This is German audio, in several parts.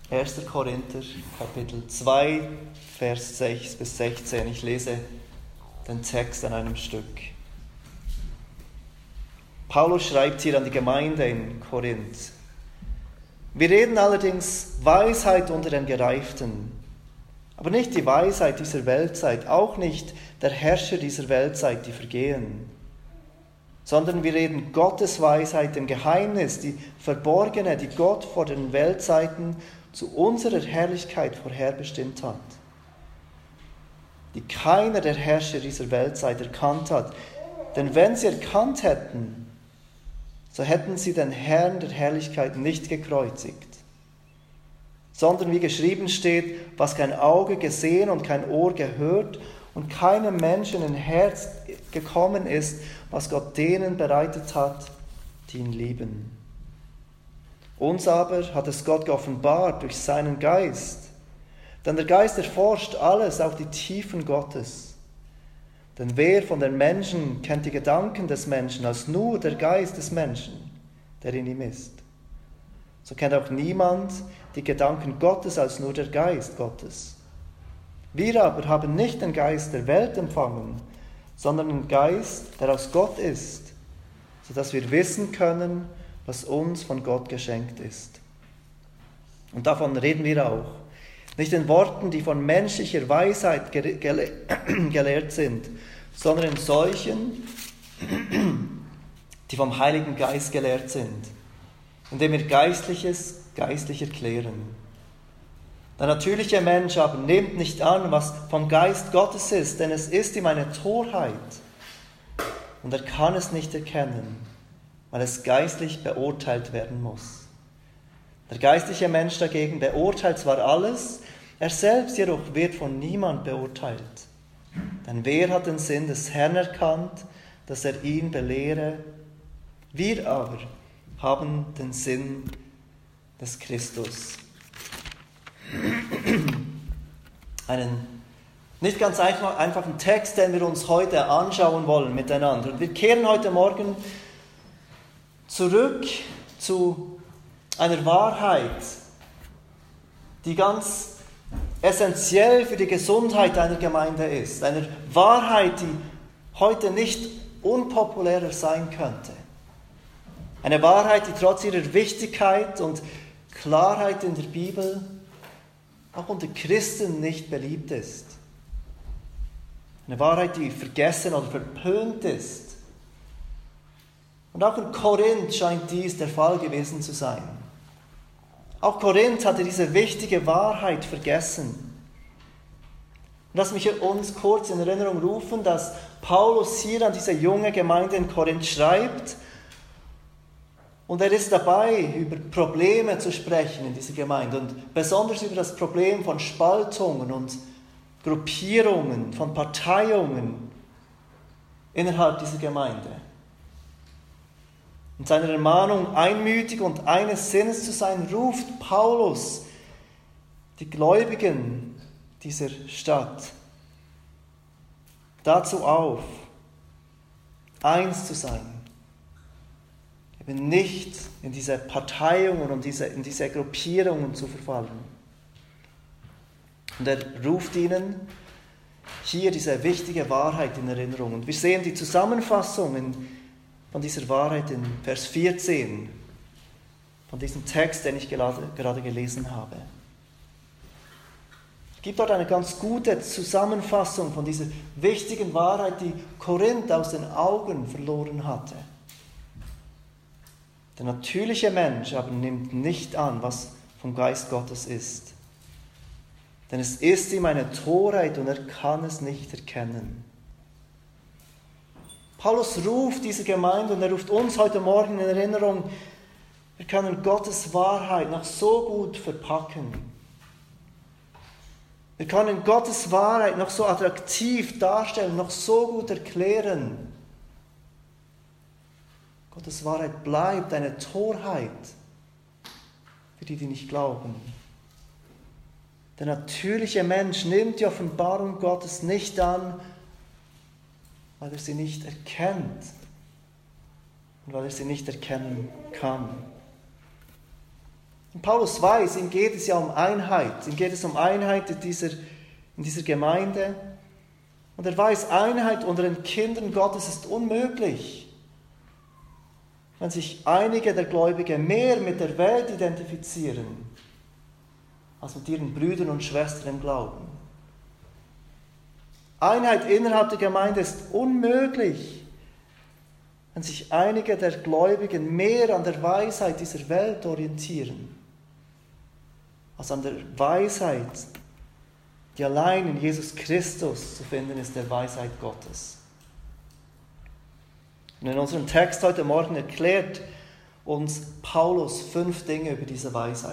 1. Korinther, Kapitel 2, Vers 6 bis 16. Ich lese den Text an einem Stück. Paulus schreibt hier an die Gemeinde in Korinth: Wir reden allerdings Weisheit unter den Gereiften, aber nicht die Weisheit dieser Weltzeit, auch nicht der Herrscher dieser Weltzeit, die vergehen, sondern wir reden Gottes Weisheit im Geheimnis, die verborgene, die Gott vor den Weltzeiten zu unserer Herrlichkeit vorherbestimmt hat, die keiner der Herrscher dieser Weltzeit erkannt hat. Denn wenn sie erkannt hätten, so hätten sie den Herrn der Herrlichkeit nicht gekreuzigt, sondern wie geschrieben steht, was kein Auge gesehen und kein Ohr gehört und keinem Menschen in Herz gekommen ist, was Gott denen bereitet hat, die ihn lieben. Uns aber hat es Gott geoffenbart durch seinen Geist, denn der Geist erforscht alles, auch die Tiefen Gottes. Denn wer von den Menschen kennt die Gedanken des Menschen, als nur der Geist des Menschen, der in ihm ist? So kennt auch niemand die Gedanken Gottes als nur der Geist Gottes. Wir aber haben nicht den Geist der Welt empfangen, sondern den Geist, der aus Gott ist, sodass wir wissen können, was uns von Gott geschenkt ist. Und davon reden wir auch. Nicht in Worten, die von menschlicher Weisheit gelehrt sind, sondern in solchen, die vom Heiligen Geist gelehrt sind, indem wir Geistliches geistlich erklären. Der natürliche Mensch aber nimmt nicht an, was vom Geist Gottes ist, denn es ist ihm eine Torheit und er kann es nicht erkennen, weil es geistlich beurteilt werden muss. Der geistliche Mensch dagegen beurteilt zwar alles, er selbst jedoch wird von niemand beurteilt. Denn wer hat den Sinn des Herrn erkannt, dass er ihn belehre? Wir aber haben den Sinn des Christus. Einen nicht ganz einfachen Text, den wir uns heute anschauen wollen miteinander. Und wir kehren heute Morgen zurück zu einer Wahrheit, die ganz essentiell für die Gesundheit einer Gemeinde ist. Eine Wahrheit, die heute nicht unpopulärer sein könnte. Eine Wahrheit, die trotz ihrer Wichtigkeit und Klarheit in der Bibel auch unter Christen nicht beliebt ist. Eine Wahrheit, die vergessen oder verpönt ist. Und auch in Korinth scheint dies der Fall gewesen zu sein. Auch Korinth hatte diese wichtige Wahrheit vergessen. Und lass mich uns kurz in Erinnerung rufen, dass Paulus hier an diese junge Gemeinde in Korinth schreibt. Und er ist dabei, über Probleme zu sprechen in dieser Gemeinde. Und besonders über das Problem von Spaltungen und Gruppierungen, von Parteiungen innerhalb dieser Gemeinde. In seiner Ermahnung, einmütig und eines Sinnes zu sein, ruft Paulus die Gläubigen dieser Stadt dazu auf, eins zu sein. Eben nicht in diese Parteiungen und in diese Gruppierungen zu verfallen. Und er ruft ihnen hier diese wichtige Wahrheit in Erinnerung. Und wir sehen die Zusammenfassung von dieser Wahrheit in Vers 14, von diesem Text, den ich gerade gelesen habe. Es gibt dort eine ganz gute Zusammenfassung von dieser wichtigen Wahrheit, die Korinth aus den Augen verloren hatte. Der natürliche Mensch aber nimmt nicht an, was vom Geist Gottes ist. Denn es ist ihm eine Torheit und er kann es nicht erkennen. Paulus ruft diese Gemeinde und er ruft uns heute Morgen in Erinnerung, wir können Gottes Wahrheit noch so gut verpacken. Wir können Gottes Wahrheit noch so attraktiv darstellen, noch so gut erklären. Gottes Wahrheit bleibt eine Torheit für die, die nicht glauben. Der natürliche Mensch nimmt die Offenbarung Gottes nicht an, weil er sie nicht erkennt und weil er sie nicht erkennen kann. Und Paulus weiß, ihm geht es ja um Einheit. Ihm geht es um Einheit in dieser Gemeinde. Und er weiß, Einheit unter den Kindern Gottes ist unmöglich, wenn sich einige der Gläubigen mehr mit der Welt identifizieren, als mit ihren Brüdern und Schwestern im Glauben. Einheit innerhalb der Gemeinde ist unmöglich, wenn sich einige der Gläubigen mehr an der Weisheit dieser Welt orientieren, als an der Weisheit, die allein in Jesus Christus zu finden ist, der Weisheit Gottes. Und in unserem Text heute Morgen erklärt uns Paulus 5 Dinge über diese Weisheit.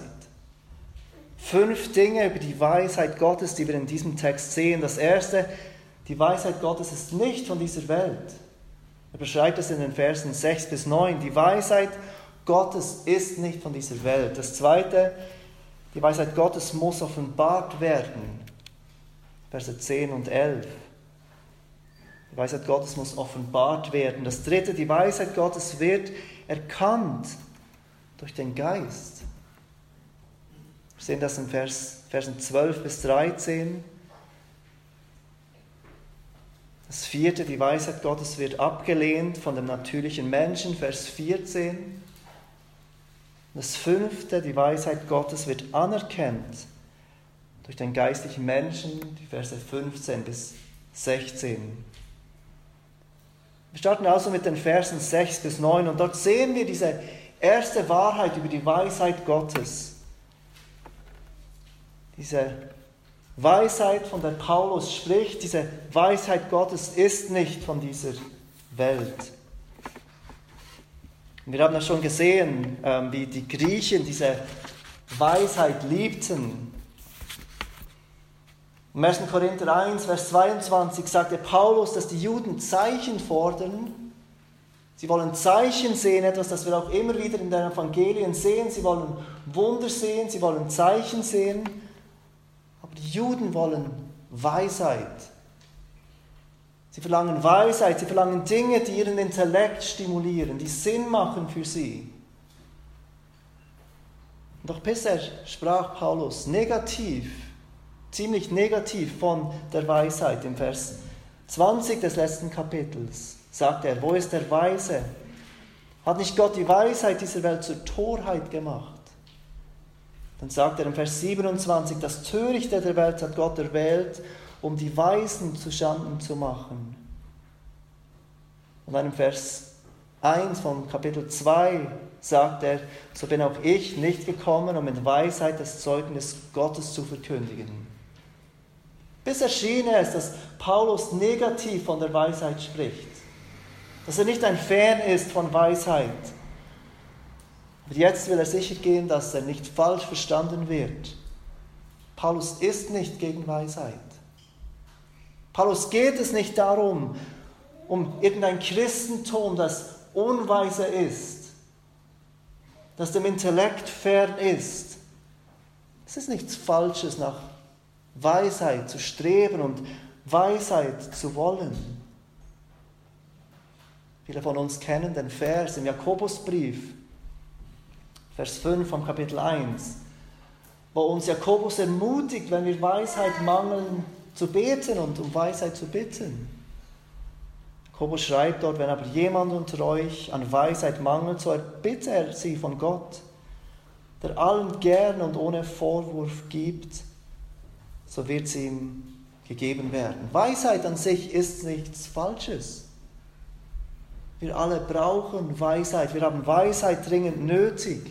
5 Dinge über die Weisheit Gottes, die wir in diesem Text sehen. Das erste, die Weisheit Gottes ist nicht von dieser Welt. Er beschreibt es in den Versen 6 bis 9. Die Weisheit Gottes ist nicht von dieser Welt. Das zweite, die Weisheit Gottes muss offenbart werden. Verse 10 und 11. Die Weisheit Gottes muss offenbart werden. Das dritte, die Weisheit Gottes wird erkannt durch den Geist. Wir sehen das in Versen 12 bis 13. Das vierte, die Weisheit Gottes wird abgelehnt von dem natürlichen Menschen, Vers 14. Das fünfte, die Weisheit Gottes wird anerkannt durch den geistlichen Menschen, die Verse 15 bis 16. Wir starten also mit den Versen 6 bis 9 und dort sehen wir diese erste Wahrheit über die Weisheit Gottes. Diese Weisheit, von der Paulus spricht, diese Weisheit Gottes ist nicht von dieser Welt. Wir haben ja schon gesehen, wie die Griechen diese Weisheit liebten. Im 1. Korinther 1, Vers 22 sagte Paulus, dass die Juden Zeichen fordern. Sie wollen Zeichen sehen, etwas, das wir auch immer wieder in den Evangelien sehen. Sie wollen Wunder sehen, sie wollen Zeichen sehen. Aber die Juden wollen Weisheit. Sie verlangen Weisheit, sie verlangen Dinge, die ihren Intellekt stimulieren, die Sinn machen für sie. Doch bisher sprach Paulus ziemlich negativ von der Weisheit. Im Vers 20 des letzten Kapitels sagt er, wo ist der Weise? Hat nicht Gott die Weisheit dieser Welt zur Torheit gemacht? Dann sagt er im Vers 27, das Törichte der Welt hat Gott erwählt, um die Weisen zuschanden zu machen. Und dann im Vers 1 von Kapitel 2 sagt er, so bin auch ich nicht gekommen, um in Weisheit das Zeugnis Gottes zu verkündigen. Bisher schien es, dass Paulus negativ von der Weisheit spricht, dass er nicht ein Fan ist von Weisheit. Aber jetzt will er sicher gehen, dass er nicht falsch verstanden wird. Paulus ist nicht gegen Weisheit. Paulus geht es nicht darum, um irgendein Christentum, das unweise ist, das dem Intellekt fern ist. Es ist nichts Falsches, nach Weisheit zu streben und Weisheit zu wollen. Viele von uns kennen den Vers im Jakobusbrief, Vers 5 vom Kapitel 1, wo uns Jakobus ermutigt, wenn wir Weisheit mangeln, zu beten und um Weisheit zu bitten. Jakobus schreibt dort, wenn aber jemand unter euch an Weisheit mangelt, so erbitte er sie von Gott, der allen gern und ohne Vorwurf gibt, so wird sie ihm gegeben werden. Weisheit an sich ist nichts Falsches. Wir alle brauchen Weisheit, wir haben Weisheit dringend nötig.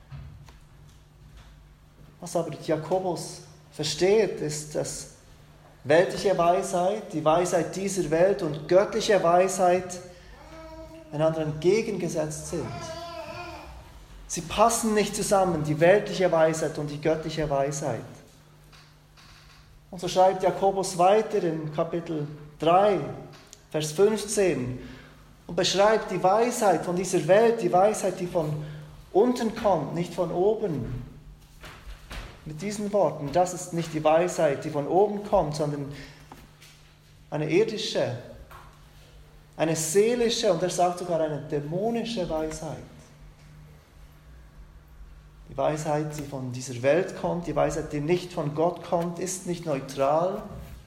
Was aber Jakobus versteht, ist, dass weltliche Weisheit, die Weisheit dieser Welt und göttliche Weisheit einander entgegengesetzt sind. Sie passen nicht zusammen, die weltliche Weisheit und die göttliche Weisheit. Und so schreibt Jakobus weiter in Kapitel 3, Vers 15 und beschreibt die Weisheit von dieser Welt, die Weisheit, die von unten kommt, nicht von oben. Mit diesen Worten, das ist nicht die Weisheit, die von oben kommt, sondern eine irdische, eine seelische und er sagt sogar eine dämonische Weisheit. Die Weisheit, die von dieser Welt kommt, die Weisheit, die nicht von Gott kommt, ist nicht neutral.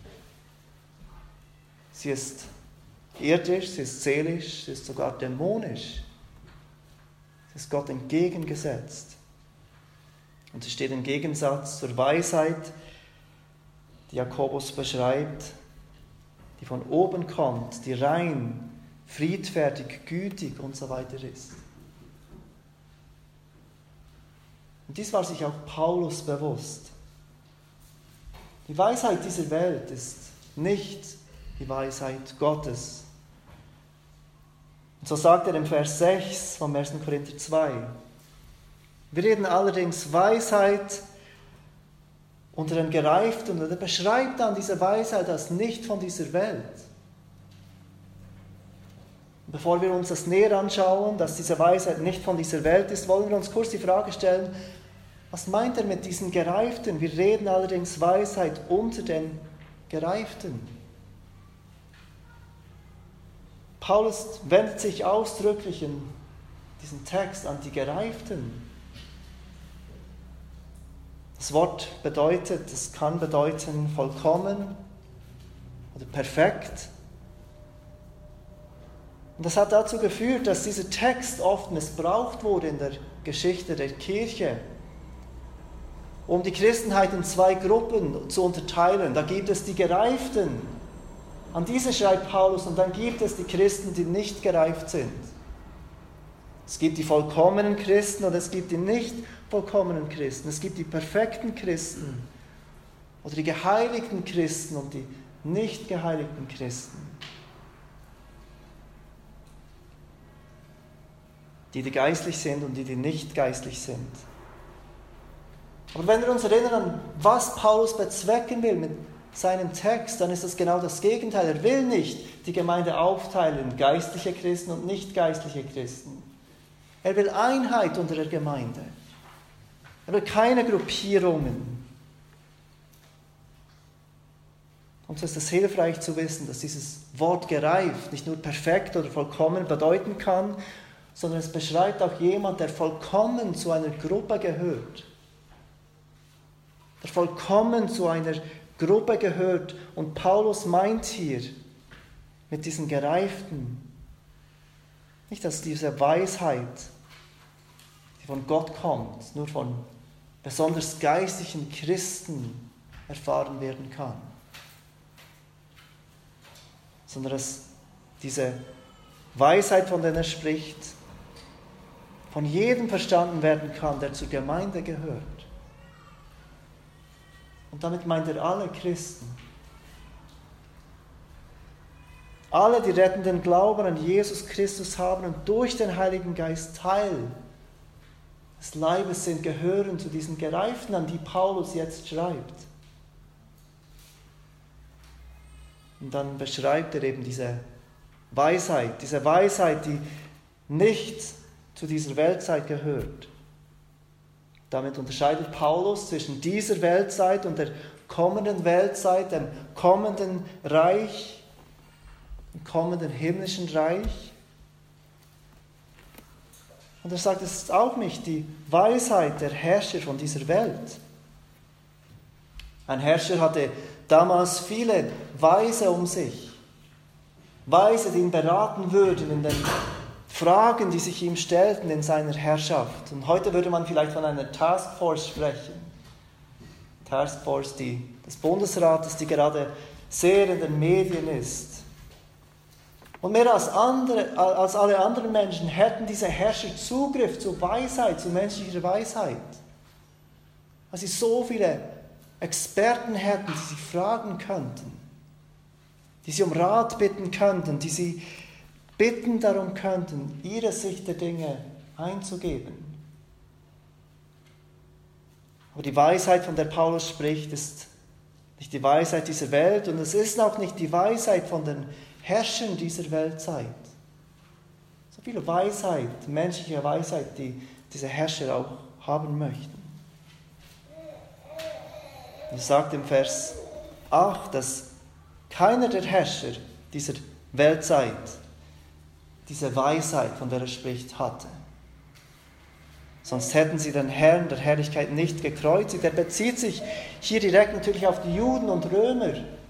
Sie ist irdisch, sie ist seelisch, sie ist sogar dämonisch. Sie ist Gott entgegengesetzt. Und sie steht im Gegensatz zur Weisheit, die Jakobus beschreibt, die von oben kommt, die rein, friedfertig, gütig und so weiter ist. Und dies war sich auch Paulus bewusst. Die Weisheit dieser Welt ist nicht die Weisheit Gottes. Und so sagt er im Vers 6 vom 1. Korinther 2. Wir reden allerdings Weisheit unter den Gereiften, und er beschreibt dann diese Weisheit als nicht von dieser Welt. Bevor wir uns das näher anschauen, dass diese Weisheit nicht von dieser Welt ist, wollen wir uns kurz die Frage stellen, was meint er mit diesen Gereiften? Wir reden allerdings Weisheit unter den Gereiften. Paulus wendet sich ausdrücklich in diesem Text an die Gereiften. Das Wort bedeutet, es kann bedeuten vollkommen oder perfekt. Und das hat dazu geführt, dass dieser Text oft missbraucht wurde in der Geschichte der Kirche, um die Christenheit in zwei Gruppen zu unterteilen. Da gibt es die Gereiften, an diese schreibt Paulus, und dann gibt es die Christen, die nicht gereift sind. Es gibt die vollkommenen Christen und es gibt die nicht vollkommenen Christen. Es gibt die perfekten Christen oder die geheiligten Christen und die nicht geheiligten Christen. Die geistlich sind und die nicht geistlich sind. Aber wenn wir uns erinnern an, was Paulus bezwecken will mit seinem Text, dann ist das genau das Gegenteil. Er will nicht die Gemeinde aufteilen in geistliche Christen und nicht geistliche Christen. Er will Einheit unter der Gemeinde. Er will keine Gruppierungen. Und so ist es hilfreich zu wissen, dass dieses Wort gereift nicht nur perfekt oder vollkommen bedeuten kann, sondern es beschreibt auch jemand, der vollkommen zu einer Gruppe gehört. Der vollkommen zu einer Gruppe gehört. Und Paulus meint hier mit diesen Gereiften nicht, dass diese Weisheit, die von Gott kommt, nur von besonders geistlichen Christen erfahren werden kann, sondern dass diese Weisheit, von der er spricht, von jedem verstanden werden kann, der zur Gemeinde gehört. Und damit meint er alle Christen. Alle, die rettenden Glauben an Jesus Christus haben und durch den Heiligen Geist Teil des Leibes sind, gehören zu diesen Gereiften, an die Paulus jetzt schreibt. Und dann beschreibt er eben diese Weisheit, die nicht zu dieser Weltzeit gehört. Damit unterscheidet Paulus zwischen dieser Weltzeit und der kommenden Weltzeit, dem kommenden Reich, dem kommenden himmlischen Reich. Und er sagt, es ist auch nicht die Weisheit der Herrscher von dieser Welt. Ein Herrscher hatte damals viele Weise um sich. Weise, die ihn beraten würden in den Fragen, die sich ihm stellten in seiner Herrschaft. Und heute würde man vielleicht von einer Taskforce sprechen. Taskforce des Bundesrates, die gerade sehr in den Medien ist. Und mehr als alle anderen Menschen hätten diese Herrscher Zugriff zur Weisheit, zu menschlicher Weisheit. Weil sie so viele Experten hätten, die sie fragen könnten, die sie um Rat bitten könnten, die sie bitten darum könnten, ihre Sicht der Dinge einzugeben. Aber die Weisheit, von der Paulus spricht, ist nicht die Weisheit dieser Welt und es ist auch nicht die Weisheit von den Herrschern dieser Weltzeit. So viel Weisheit, menschliche Weisheit, die diese Herrscher auch haben möchten. Und es sagt im Vers 8, dass keiner der Herrscher dieser Weltzeit diese Weisheit, von der er spricht, hatte. Sonst hätten sie den Herrn der Herrlichkeit nicht gekreuzigt. Er bezieht sich hier direkt natürlich auf die Juden und Römer.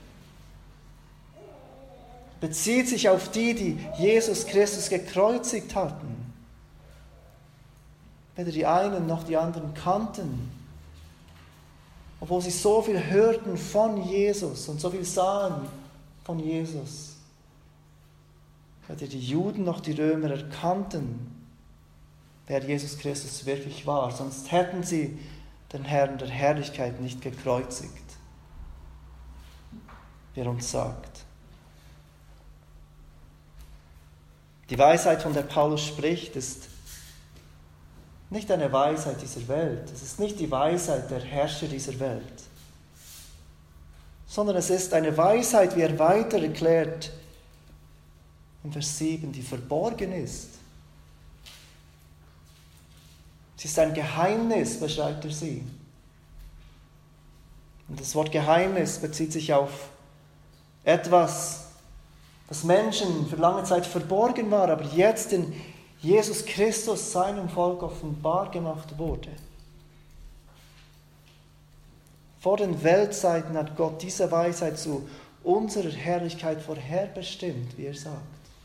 Bezieht sich auf die, die Jesus Christus gekreuzigt hatten. Weder die einen noch die anderen kannten. Obwohl sie so viel hörten von Jesus und so viel sahen von Jesus. Weder die Juden noch die Römer erkannten, wer Jesus Christus wirklich war. Sonst hätten sie den Herrn der Herrlichkeit nicht gekreuzigt, wie er uns sagt. Die Weisheit, von der Paulus spricht, ist nicht eine Weisheit dieser Welt. Es ist nicht die Weisheit der Herrscher dieser Welt, sondern es ist eine Weisheit, wie er weiter erklärt in Vers 7, die verborgen ist. Sie ist ein Geheimnis, beschreibt er sie. Und das Wort Geheimnis bezieht sich auf etwas, das Menschen für lange Zeit verborgen war, aber jetzt in Jesus Christus seinem Volk offenbar gemacht wurde. Vor den Weltzeiten hat Gott diese Weisheit zu unserer Herrlichkeit vorherbestimmt, wie er sagt.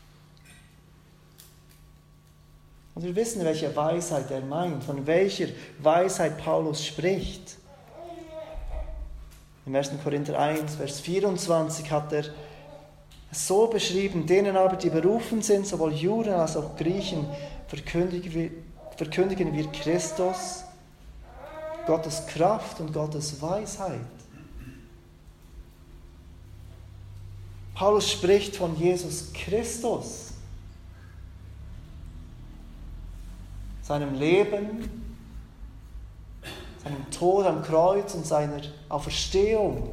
Und wir wissen, welche Weisheit er meint, von welcher Weisheit Paulus spricht. Im 1. Korinther 1, Vers 24 hat er es so beschrieben: denen aber, die berufen sind, sowohl Juden als auch Griechen, verkündigen wir Christus, Gottes Kraft und Gottes Weisheit. Paulus spricht von Jesus Christus, seinem Leben, seinem Tod am Kreuz und seiner Auferstehung,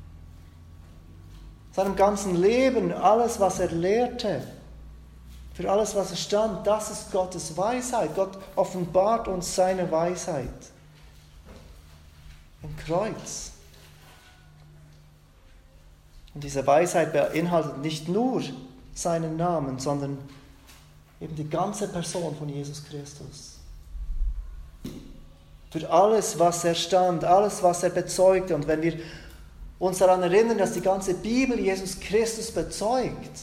seinem ganzen Leben, alles, was er lehrte, für alles, was er stand, das ist Gottes Weisheit. Gott offenbart uns seine Weisheit im Kreuz. Und diese Weisheit beinhaltet nicht nur seinen Namen, sondern eben die ganze Person von Jesus Christus. Für alles, was er stand, alles, was er bezeugte. Und wenn wir uns daran erinnern, dass die ganze Bibel Jesus Christus bezeugt,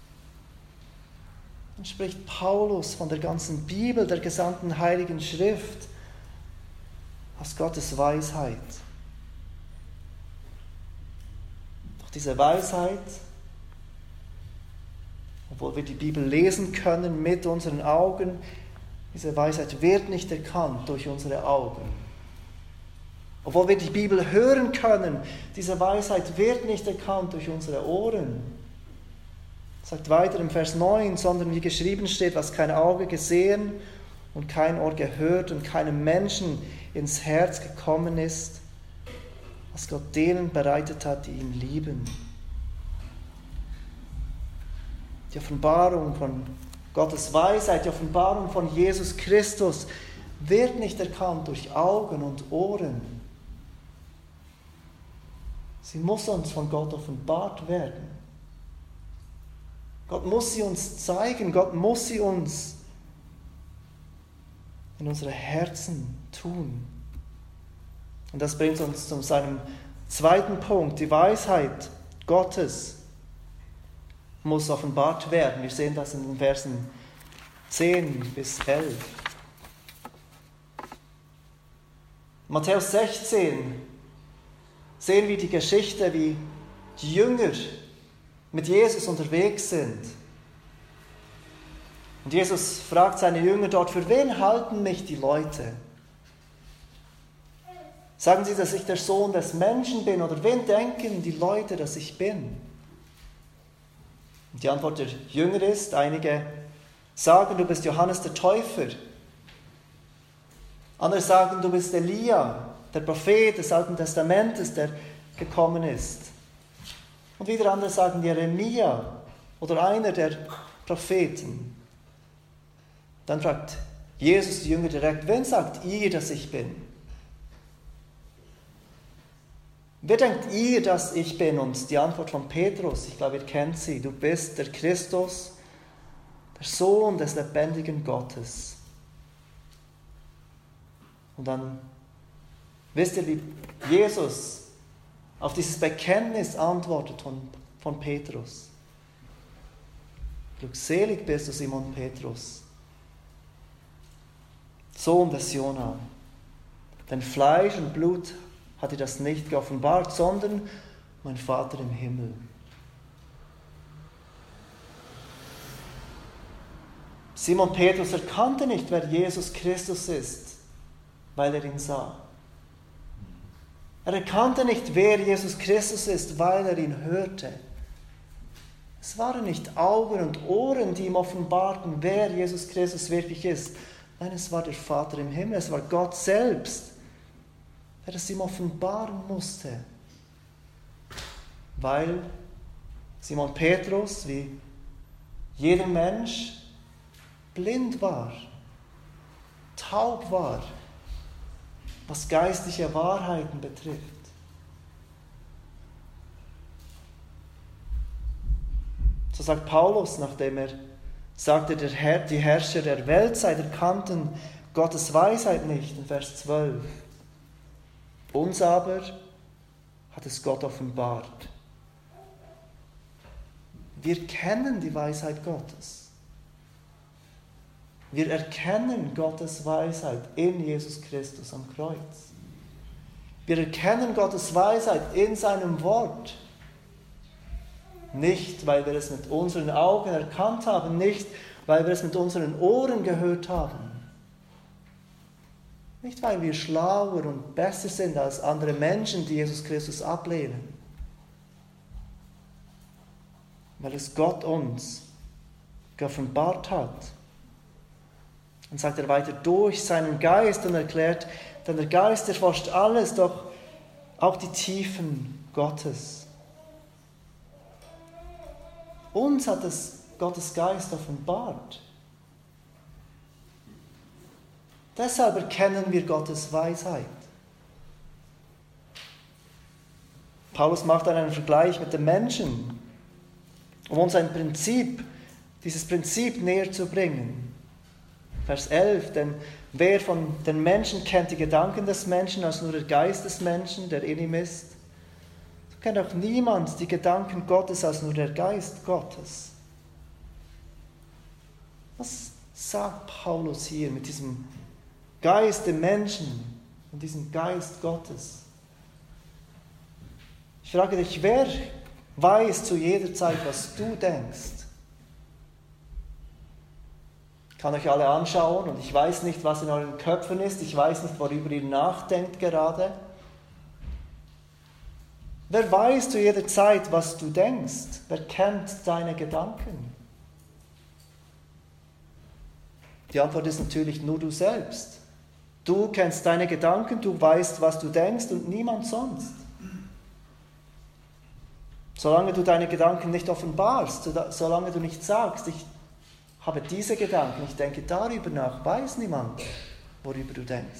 dann spricht Paulus von der ganzen Bibel, der gesamten Heiligen Schrift, als Gottes Weisheit. Doch diese Weisheit, obwohl wir die Bibel lesen können mit unseren Augen, diese Weisheit wird nicht erkannt durch unsere Augen. Obwohl wir die Bibel hören können, diese Weisheit wird nicht erkannt durch unsere Ohren. Sagt weiter im Vers 9, sondern wie geschrieben steht, was kein Auge gesehen und kein Ohr gehört und keinem Menschen ins Herz gekommen ist, was Gott denen bereitet hat, die ihn lieben. Die Offenbarung von Gottes Weisheit, die Offenbarung von Jesus Christus wird nicht erkannt durch Augen und Ohren. Sie muss uns von Gott offenbart werden. Gott muss sie uns zeigen, Gott muss sie uns in unsere Herzen tun. Und das bringt uns zu seinem zweiten Punkt. Die Weisheit Gottes muss offenbart werden. Wir sehen das in den Versen 10 bis 11. In Matthäus 16 sehen wir die Geschichte, wie die Jünger mit Jesus unterwegs sind. Und Jesus fragt seine Jünger dort: für wen halten mich die Leute? Sagen sie, dass ich der Sohn des Menschen bin? Oder wen denken die Leute, dass ich bin? Und die Antwort der Jünger ist, einige sagen, du bist Johannes der Täufer. Andere sagen, du bist Elia, der Prophet des Alten Testamentes, der gekommen ist. Und wieder andere sagen Jeremia oder einer der Propheten. Dann fragt Jesus die Jünger direkt: wen sagt ihr, dass ich bin? Wer denkt ihr, dass ich bin? Und die Antwort von Petrus, ich glaube, ihr kennt sie: du bist der Christus, der Sohn des lebendigen Gottes. Und dann wisst ihr, wie Jesus auf dieses Bekenntnis antwortet von Petrus. Glückselig bist du, Simon Petrus, Sohn des Jona. Denn Fleisch und Blut hat dir das nicht geoffenbart, sondern mein Vater im Himmel. Simon Petrus erkannte nicht, wer Jesus Christus ist, weil er ihn sah. Er erkannte nicht, wer Jesus Christus ist, weil er ihn hörte. Es waren nicht Augen und Ohren, die ihm offenbarten, wer Jesus Christus wirklich ist. Nein, es war der Vater im Himmel, es war Gott selbst, der es ihm offenbaren musste. Weil Simon Petrus, wie jeder Mensch, blind war, taub war, was geistliche Wahrheiten betrifft. So sagt Paulus, nachdem er sagte, die Herrscher der Weltzeit erkannten Gottes Weisheit nicht, in Vers 12. Uns aber hat es Gott offenbart. Wir kennen die Weisheit Gottes. Wir erkennen Gottes Weisheit in Jesus Christus am Kreuz. Wir erkennen Gottes Weisheit in seinem Wort. Nicht, weil wir es mit unseren Augen erkannt haben, nicht, weil wir es mit unseren Ohren gehört haben. Nicht, weil wir schlauer und besser sind als andere Menschen, die Jesus Christus ablehnen. Weil es Gott uns geoffenbart hat. Und sagt er weiter, durch seinen Geist und erklärt, denn der Geist erforscht alles, doch auch die Tiefen Gottes. Uns hat es Gottes Geist offenbart. Deshalb erkennen wir Gottes Weisheit. Paulus macht dann einen Vergleich mit dem Menschen, um uns dieses Prinzip näher zu bringen. Vers 11, denn wer von den Menschen kennt die Gedanken des Menschen als nur der Geist des Menschen, der in ihm ist? So kennt auch niemand die Gedanken Gottes als nur der Geist Gottes. Was sagt Paulus hier mit diesem Geist im Menschen und diesem Geist Gottes? Ich frage dich, wer weiß zu jeder Zeit, was du denkst? Ich kann euch alle anschauen und ich weiß nicht, was in euren Köpfen ist. Ich weiß nicht, worüber ihr nachdenkt gerade. Wer weiß zu jeder Zeit, was du denkst? Wer kennt deine Gedanken? Die Antwort ist natürlich nur du selbst. Du kennst deine Gedanken, du weißt, was du denkst und niemand sonst. Solange du deine Gedanken nicht offenbarst, solange du nicht sagst, ich habe diese Gedanken, ich denke darüber nach, weiß niemand, worüber du denkst.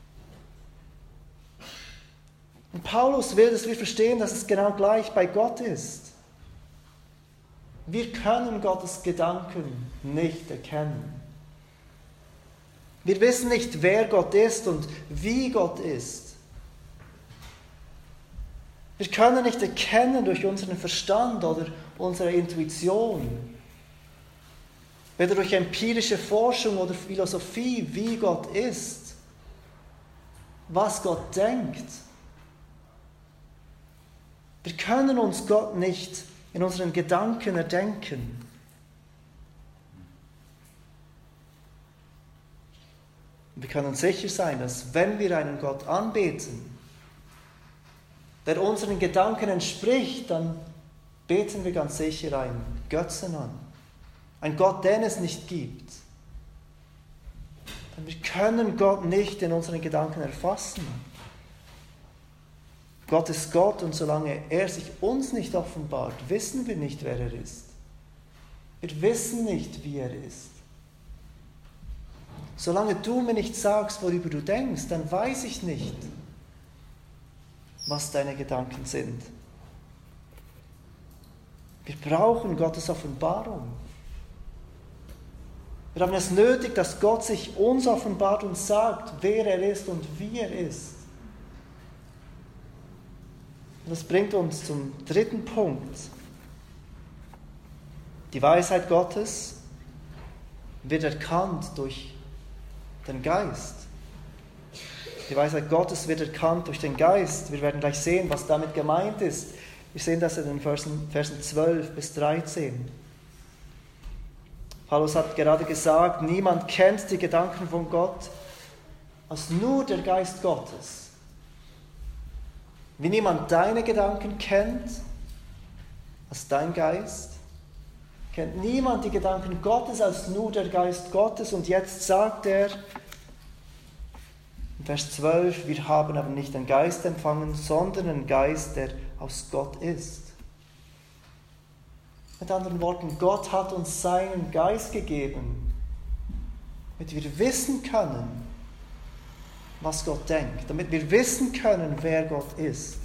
Und Paulus will, dass wir verstehen, dass es genau gleich bei Gott ist. Wir können Gottes Gedanken nicht erkennen. Wir wissen nicht, wer Gott ist und wie Gott ist. Wir können nicht erkennen durch unseren Verstand oder unsere Intuition, weder durch empirische Forschung oder Philosophie, wie Gott ist, was Gott denkt. Wir können uns Gott nicht in unseren Gedanken erdenken. Wir können sicher sein, dass wenn wir einen Gott anbeten, der unseren Gedanken entspricht, dann beten wir ganz sicher einen Götzen an. Ein Gott, den es nicht gibt. Denn wir können Gott nicht in unseren Gedanken erfassen. Gott ist Gott und solange er sich uns nicht offenbart, wissen wir nicht, wer er ist. Wir wissen nicht, wie er ist. Solange du mir nicht sagst, worüber du denkst, dann weiß ich nicht, was deine Gedanken sind. Wir brauchen Gottes Offenbarung. Wir haben es nötig, dass Gott sich uns offenbart und sagt, wer er ist und wie er ist. Und das bringt uns zum dritten Punkt. Die Weisheit Gottes wird erkannt durch den Geist. Die Weisheit Gottes wird erkannt durch den Geist. Wir werden gleich sehen, was damit gemeint ist. Wir sehen das in den Versen 12 bis 13. Paulus hat gerade gesagt, niemand kennt die Gedanken von Gott als nur der Geist Gottes. Wie niemand deine Gedanken kennt als dein Geist, kennt niemand die Gedanken Gottes als nur der Geist Gottes. Und jetzt sagt er in Vers 12, wir haben aber nicht den Geist empfangen, sondern einen Geist, der aus Gott ist. Mit anderen Worten, Gott hat uns seinen Geist gegeben, damit wir wissen können, was Gott denkt, damit wir wissen können, wer Gott ist.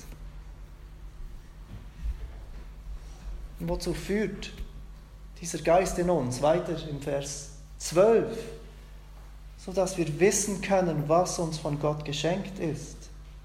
Und wozu führt dieser Geist in uns? Weiter im Vers 12, sodass wir wissen können, was uns von Gott geschenkt ist.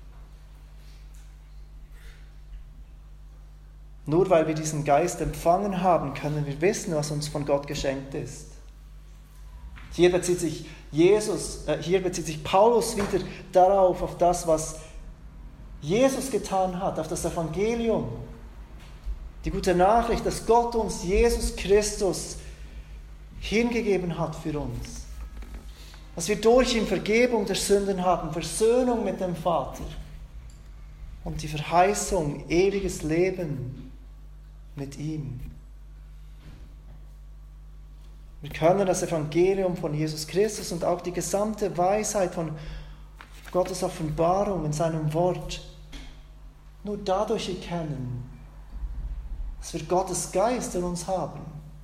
Nur weil wir diesen Geist empfangen haben, können wir wissen, was uns von Gott geschenkt ist. Hier bezieht sich Paulus wieder darauf, auf das, was Jesus getan hat, auf das Evangelium. Die gute Nachricht, dass Gott uns Jesus Christus hingegeben hat für uns. Dass wir durch ihn Vergebung der Sünden haben, Versöhnung mit dem Vater und die Verheißung, ewiges Leben mit ihm. Wir können das Evangelium von Jesus Christus und auch die gesamte Weisheit von Gottes Offenbarung in seinem Wort nur dadurch erkennen, dass wir Gottes Geist in uns haben.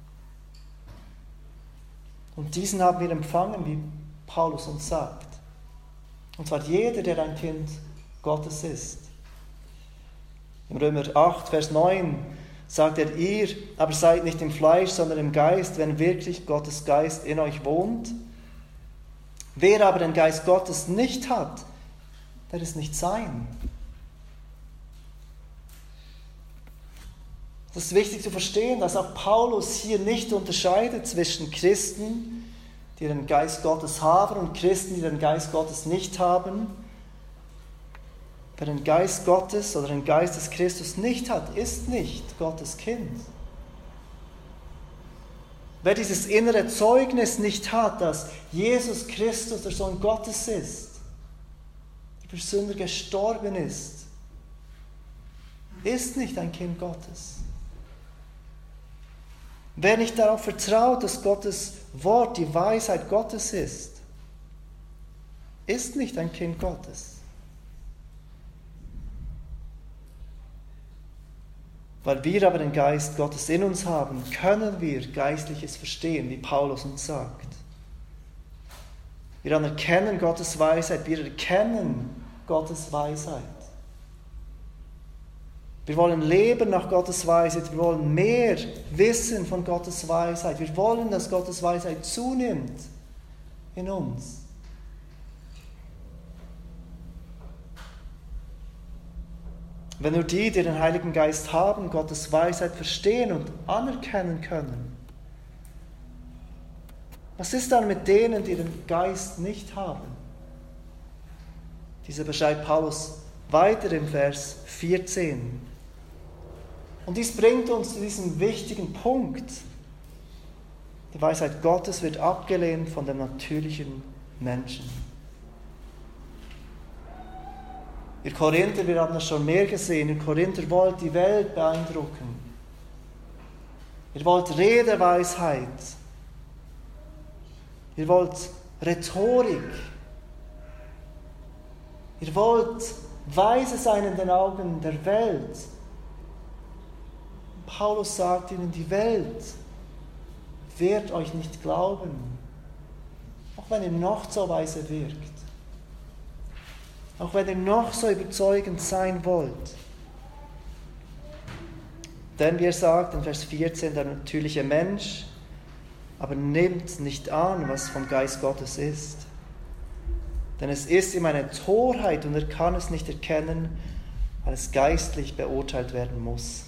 Und diesen haben wir empfangen, wie Paulus uns sagt. Und zwar jeder, der ein Kind Gottes ist. Im Römer 8, Vers 9 sagt er, ihr aber seid nicht im Fleisch, sondern im Geist, wenn wirklich Gottes Geist in euch wohnt. Wer aber den Geist Gottes nicht hat, der ist nicht sein. Es ist wichtig zu verstehen, dass auch Paulus hier nicht unterscheidet zwischen Christen, die den Geist Gottes haben, und Christen, die den Geist Gottes nicht haben. Wer den Geist Gottes oder den Geist des Christus nicht hat, ist nicht Gottes Kind. Wer dieses innere Zeugnis nicht hat, dass Jesus Christus der Sohn Gottes ist, der für Sünder gestorben ist nicht ein Kind Gottes. Wer nicht darauf vertraut, dass Gottes Wort die Weisheit Gottes ist nicht ein Kind Gottes. Weil wir aber den Geist Gottes in uns haben, können wir Geistliches verstehen, wie Paulus uns sagt. Wir anerkennen Gottes Weisheit, wir erkennen Gottes Weisheit. Wir wollen leben nach Gottes Weisheit, wir wollen mehr wissen von Gottes Weisheit. Wir wollen, dass Gottes Weisheit zunimmt in uns. Wenn nur die, die den Heiligen Geist haben, Gottes Weisheit verstehen und anerkennen können. Was ist dann mit denen, die den Geist nicht haben? Diese beschreibt Paulus weiter im Vers 14. Und dies bringt uns zu diesem wichtigen Punkt. Die Weisheit Gottes wird abgelehnt von dem natürlichen Menschen. Ihr Korinther, wir haben das schon mehr gesehen, ihr Korinther wollt die Welt beeindrucken. Ihr wollt Redeweisheit. Ihr wollt Rhetorik. Ihr wollt weise sein in den Augen der Welt. Paulus sagt ihnen, die Welt wird euch nicht glauben, auch wenn ihr noch so weise wirkt. Auch wenn ihr noch so überzeugend sein wollt. Denn wie er sagt in Vers 14, der natürliche Mensch aber nimmt nicht an, was vom Geist Gottes ist. Denn es ist ihm eine Torheit und er kann es nicht erkennen, weil es geistlich beurteilt werden muss.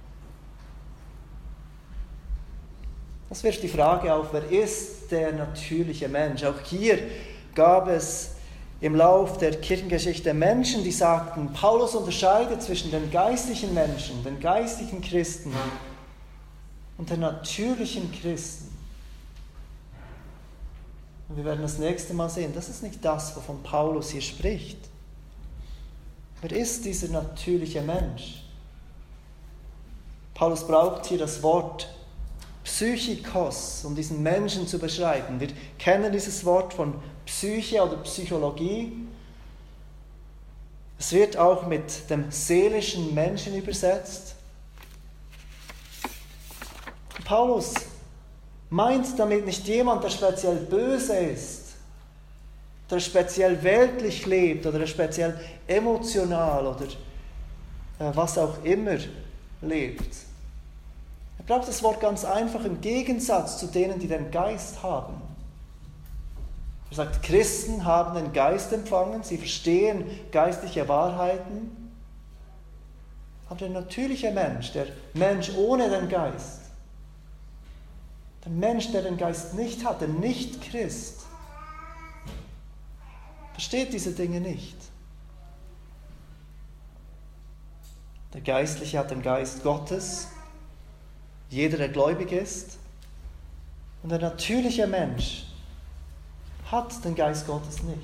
Das wirft die Frage auf, wer ist der natürliche Mensch? Auch hier gab es im Lauf der Kirchengeschichte Menschen, die sagten, Paulus unterscheidet zwischen den geistlichen Menschen, den geistlichen Christen und den natürlichen Christen. Und wir werden das nächste Mal sehen, das ist nicht das, wovon Paulus hier spricht. Wer ist dieser natürliche Mensch? Paulus braucht hier das Wort Psychikos, um diesen Menschen zu beschreiben. Wir kennen dieses Wort von Psyche oder Psychologie. Es wird auch mit dem seelischen Menschen übersetzt. Paulus meint damit nicht jemand, der speziell böse ist, der speziell weltlich lebt oder der speziell emotional oder was auch immer lebt. Er braucht das Wort ganz einfach im Gegensatz zu denen, die den Geist haben. Er sagt, Christen haben den Geist empfangen, sie verstehen geistliche Wahrheiten, aber der natürliche Mensch, der Mensch ohne den Geist, der Mensch, der den Geist nicht hat, der Nicht-Christ, versteht diese Dinge nicht. Der Geistliche hat den Geist Gottes, jeder, der gläubig ist, und der natürliche Mensch hat den Geist Gottes nicht.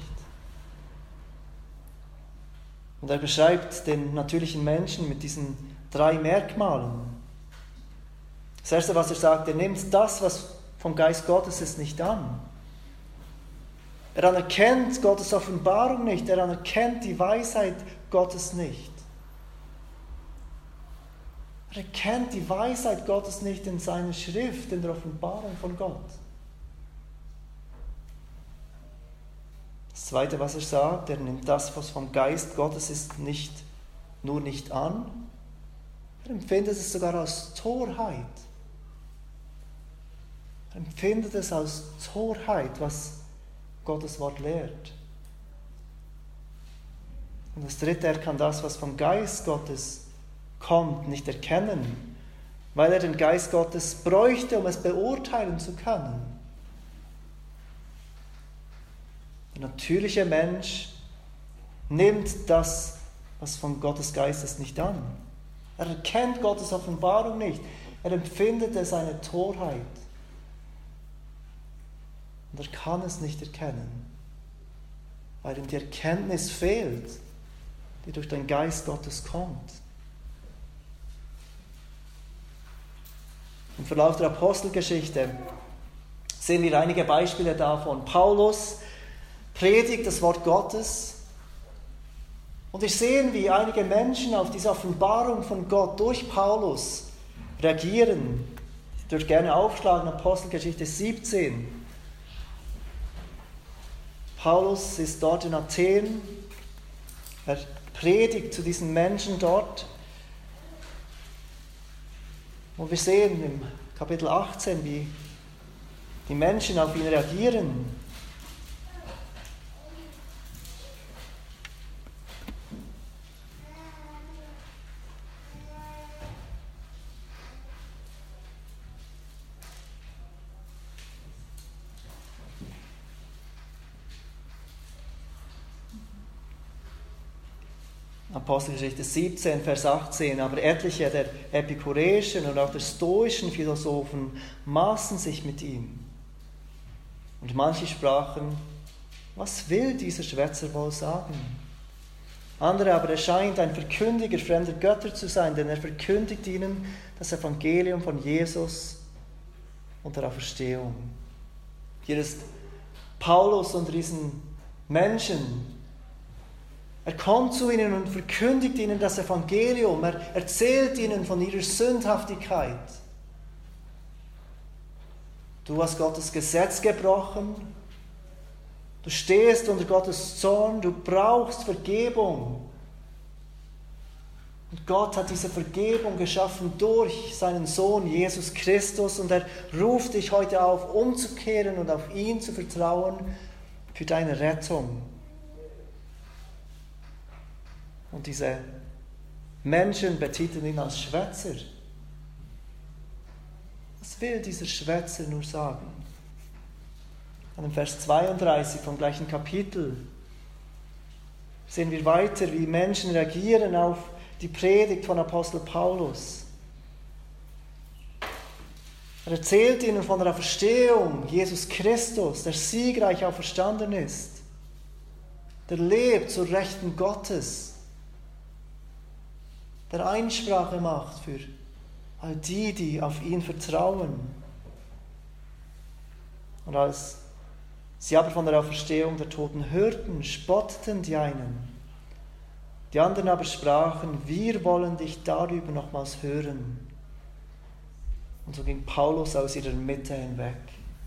Und er beschreibt den natürlichen Menschen mit diesen 3 Merkmalen. Das erste, was er sagt, er nimmt das, was vom Geist Gottes ist, nicht an. Er anerkennt Gottes Offenbarung nicht, er anerkennt die Weisheit Gottes nicht. Er erkennt die Weisheit Gottes nicht in seiner Schrift, in der Offenbarung von Gott. Das Zweite, was er sagt, er nimmt das, was vom Geist Gottes ist, nicht an. Er empfindet es sogar als Torheit. Er empfindet es als Torheit, was Gottes Wort lehrt. Und das Dritte, er kann das, was vom Geist Gottes kommt, nicht erkennen, weil er den Geist Gottes bräuchte, um es beurteilen zu können. Der natürliche Mensch nimmt das, was von Gottes Geist ist, nicht an. Er erkennt Gottes Offenbarung nicht. Er empfindet es eine Torheit. Und er kann es nicht erkennen, weil ihm die Erkenntnis fehlt, die durch den Geist Gottes kommt. Im Verlauf der Apostelgeschichte sehen wir einige Beispiele davon. Paulus predigt das Wort Gottes und wir sehen, wie einige Menschen auf diese Offenbarung von Gott durch Paulus reagieren. Ich würde gerne aufschlagen, Apostelgeschichte 17. Paulus ist dort in Athen, er predigt zu diesen Menschen dort. Und wir sehen im Kapitel 18, wie die Menschen auf ihn reagieren. Apostelgeschichte 17, Vers 18, aber etliche der epikureischen und auch der stoischen Philosophen maßen sich mit ihm. Und manche sprachen, was will dieser Schwätzer wohl sagen? Andere aber, er scheint ein Verkündiger fremder Götter zu sein, denn er verkündigt ihnen das Evangelium von Jesus und der Auferstehung. Hier ist Paulus unter diesen Menschen. Er kommt zu ihnen und verkündigt ihnen das Evangelium. Er erzählt ihnen von ihrer Sündhaftigkeit. Du hast Gottes Gesetz gebrochen. Du stehst unter Gottes Zorn. Du brauchst Vergebung. Und Gott hat diese Vergebung geschaffen durch seinen Sohn Jesus Christus und er ruft dich heute auf, umzukehren und auf ihn zu vertrauen für deine Rettung. Und diese Menschen betiteln ihn als Schwätzer. Was will dieser Schwätzer nur sagen? Dann im Vers 32 vom gleichen Kapitel sehen wir weiter, wie Menschen reagieren auf die Predigt von Apostel Paulus. Er erzählt ihnen von der Auferstehung Jesus Christus, der siegreich auferstanden ist, der lebt zur Rechten Gottes, der Einsprache macht für all die, die auf ihn vertrauen. Und als sie aber von der Auferstehung der Toten hörten, spotteten die einen. Die anderen aber sprachen, wir wollen dich darüber nochmals hören. Und so ging Paulus aus ihrer Mitte hinweg.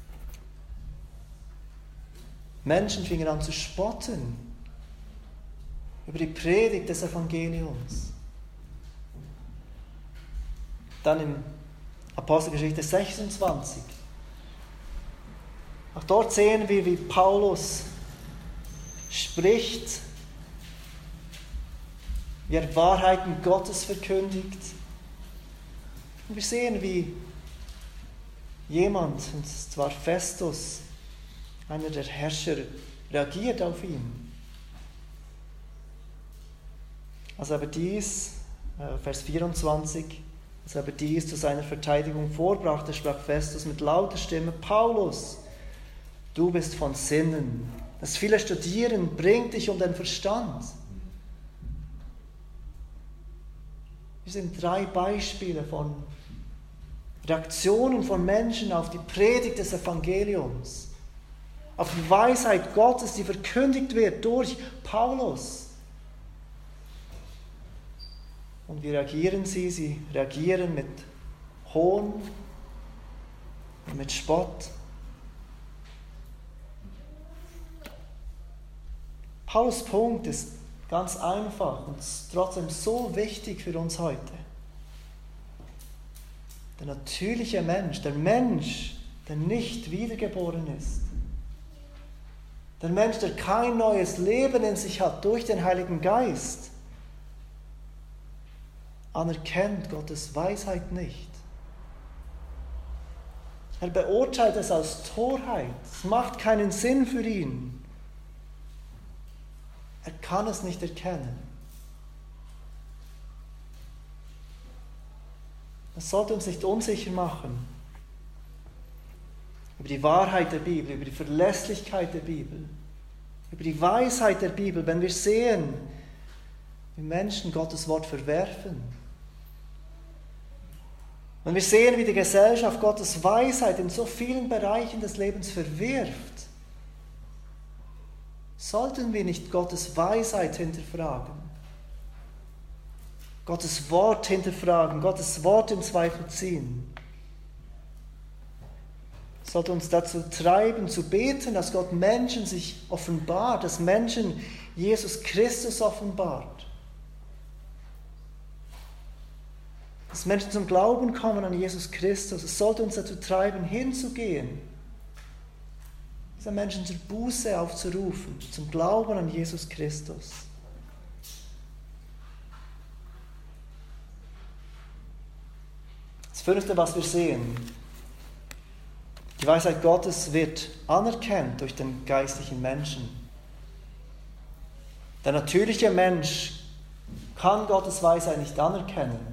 Menschen fingen an zu spotten über die Predigt des Evangeliums. Dann in Apostelgeschichte 26. Auch dort sehen wir, wie Paulus spricht, wie er Wahrheiten Gottes verkündigt. Und wir sehen, wie jemand, und zwar Festus, einer der Herrscher, reagiert auf ihn. Als aber dies, Vers 24, als aber dies zu seiner Verteidigung vorbrachte, sprach Festus mit lauter Stimme, Paulus, du bist von Sinnen. Das viele Studieren bringt dich um den Verstand. Wir sind 3 Beispiele von Reaktionen von Menschen auf die Predigt des Evangeliums, auf die Weisheit Gottes, die verkündigt wird durch Paulus. Und wie reagieren sie? Sie reagieren mit Hohn und mit Spott. Paulus' Punkt ist ganz einfach und trotzdem so wichtig für uns heute. Der natürliche Mensch, der nicht wiedergeboren ist, der Mensch, der kein neues Leben in sich hat durch den Heiligen Geist, anerkennt Gottes Weisheit nicht. Er beurteilt es als Torheit. Es macht keinen Sinn für ihn. Er kann es nicht erkennen. Das sollte uns nicht unsicher machen über die Wahrheit der Bibel, über die Verlässlichkeit der Bibel, über die Weisheit der Bibel, wenn wir sehen, wie Menschen Gottes Wort verwerfen. Wenn wir sehen, wie die Gesellschaft Gottes Weisheit in so vielen Bereichen des Lebens verwirft, sollten wir nicht Gottes Weisheit hinterfragen, Gottes Wort hinterfragen, Gottes Wort in Zweifel ziehen. Es sollte uns dazu treiben, zu beten, dass Gott Menschen sich offenbart, dass Menschen Jesus Christus offenbart. Dass Menschen zum Glauben kommen an Jesus Christus. Es sollte uns dazu treiben, hinzugehen, diese Menschen zur Buße aufzurufen, zum Glauben an Jesus Christus. Das 5., was wir sehen, die Weisheit Gottes wird anerkannt durch den geistlichen Menschen. Der natürliche Mensch kann Gottes Weisheit nicht anerkennen.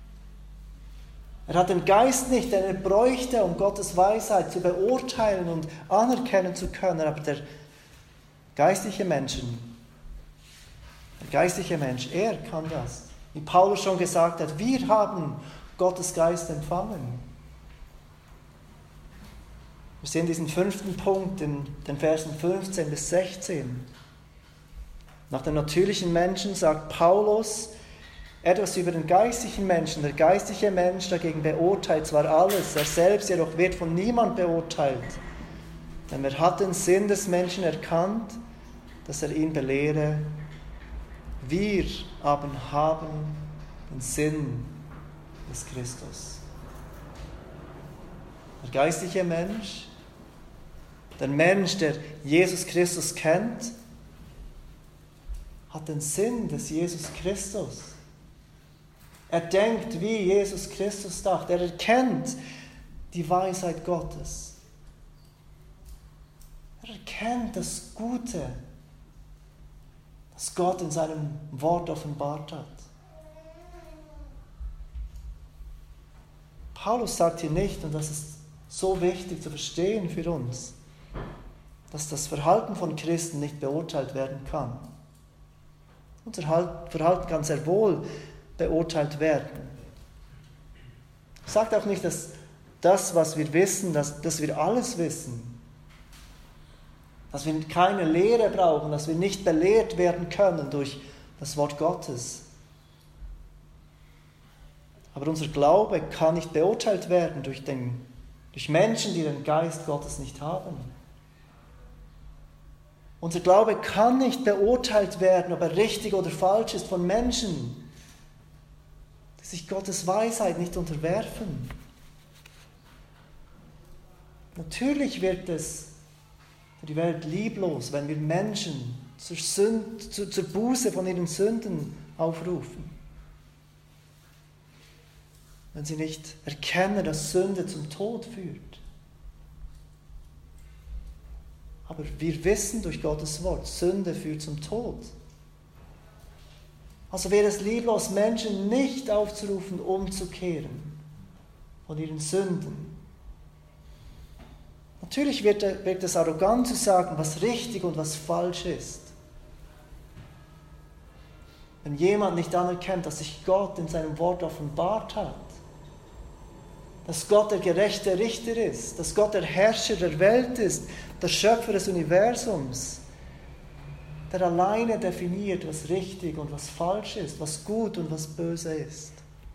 Er hat den Geist nicht, den er bräuchte, um Gottes Weisheit zu beurteilen und anerkennen zu können. Aber der geistliche Mensch, er kann das. Wie Paulus schon gesagt hat, wir haben Gottes Geist empfangen. Wir sehen diesen 5. Punkt in den Versen 15 bis 16. Nach dem natürlichen Menschen sagt Paulus etwas über den geistlichen Menschen. Der geistliche Mensch dagegen beurteilt zwar alles, er selbst jedoch wird von niemand beurteilt. Denn er hat den Sinn des Menschen erkannt, dass er ihn belehre. Wir aber haben den Sinn des Christus. Der geistliche Mensch, der Mensch, der Jesus Christus kennt, hat den Sinn des Jesus Christus. Er denkt, wie Jesus Christus dachte. Er erkennt die Weisheit Gottes. Er erkennt das Gute, das Gott in seinem Wort offenbart hat. Paulus sagt hier nicht, und das ist so wichtig zu verstehen für uns, dass das Verhalten von Christen nicht beurteilt werden kann. Unser Verhalten kann sehr wohl beurteilt werden. Er sagt auch nicht, dass das, was wir wissen, dass wir alles wissen. Dass wir keine Lehre brauchen, dass wir nicht belehrt werden können durch das Wort Gottes. Aber unser Glaube kann nicht beurteilt werden durch Menschen, die den Geist Gottes nicht haben. Unser Glaube kann nicht beurteilt werden, ob er richtig oder falsch ist, von Menschen, die sich Gottes Weisheit nicht unterwerfen. Natürlich wird es für die Welt lieblos, wenn wir Menschen zur Buße von ihren Sünden aufrufen. Wenn sie nicht erkennen, dass Sünde zum Tod führt. Aber wir wissen durch Gottes Wort, Sünde führt zum Tod. Also wäre es lieblos, Menschen nicht aufzurufen, umzukehren von ihren Sünden. Natürlich wird es arrogant zu sagen, was richtig und was falsch ist. Wenn jemand nicht anerkennt, dass sich Gott in seinem Wort offenbart hat, dass Gott der gerechte Richter ist, dass Gott der Herrscher der Welt ist, der Schöpfer des Universums, der alleine definiert, was richtig und was falsch ist, was gut und was böse ist.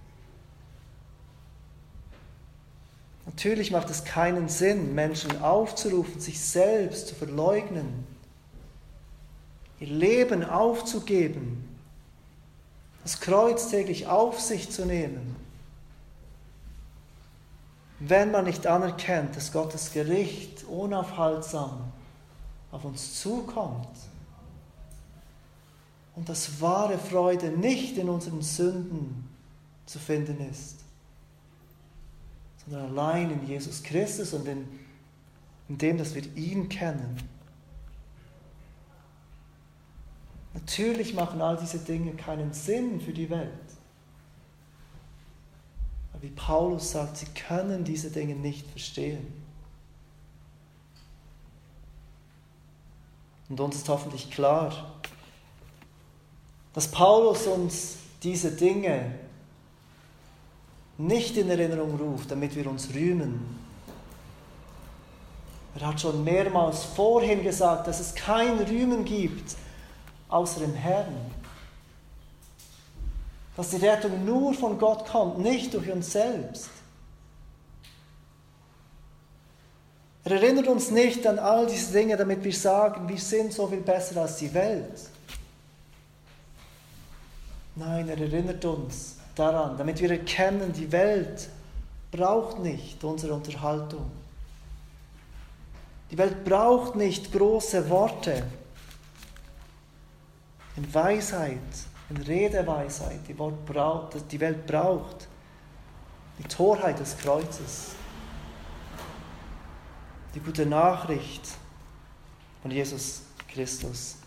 Natürlich macht es keinen Sinn, Menschen aufzurufen, sich selbst zu verleugnen, ihr Leben aufzugeben, das Kreuz täglich auf sich zu nehmen, wenn man nicht anerkennt, dass Gottes Gericht unaufhaltsam auf uns zukommt und dass wahre Freude nicht in unseren Sünden zu finden ist, sondern allein in Jesus Christus und in dem, dass wir ihn kennen. Natürlich machen all diese Dinge keinen Sinn für die Welt. Aber wie Paulus sagt, sie können diese Dinge nicht verstehen. Und uns ist hoffentlich klar, dass Paulus uns diese Dinge nicht in Erinnerung ruft, damit wir uns rühmen. Er hat schon mehrmals vorhin gesagt, dass es kein Rühmen gibt außer dem Herrn. Dass die Rettung nur von Gott kommt, nicht durch uns selbst. Er erinnert uns nicht an all diese Dinge, damit wir sagen, wir sind so viel besser als die Welt. Nein, er erinnert uns daran, damit wir erkennen, die Welt braucht nicht unsere Unterhaltung. Die Welt braucht nicht große Worte in Weisheit, in Redeweisheit. Die Welt braucht die Torheit des Kreuzes, die gute Nachricht von Jesus Christus.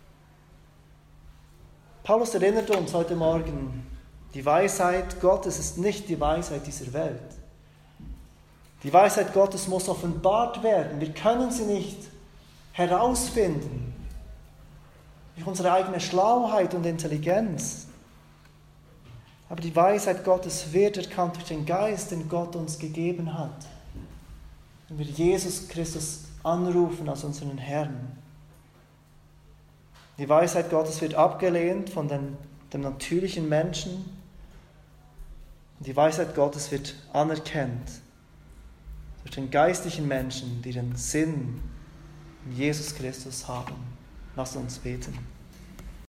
Paulus erinnert uns heute Morgen, die Weisheit Gottes ist nicht die Weisheit dieser Welt. Die Weisheit Gottes muss offenbart werden. Wir können sie nicht herausfinden durch unsere eigene Schlauheit und Intelligenz. Aber die Weisheit Gottes wird erkannt durch den Geist, den Gott uns gegeben hat. Wenn wir Jesus Christus anrufen als unseren Herrn. Die Weisheit Gottes wird abgelehnt von dem natürlichen Menschen. Und die Weisheit Gottes wird anerkannt durch den geistlichen Menschen, die den Sinn in Jesus Christus haben. Lasst uns beten.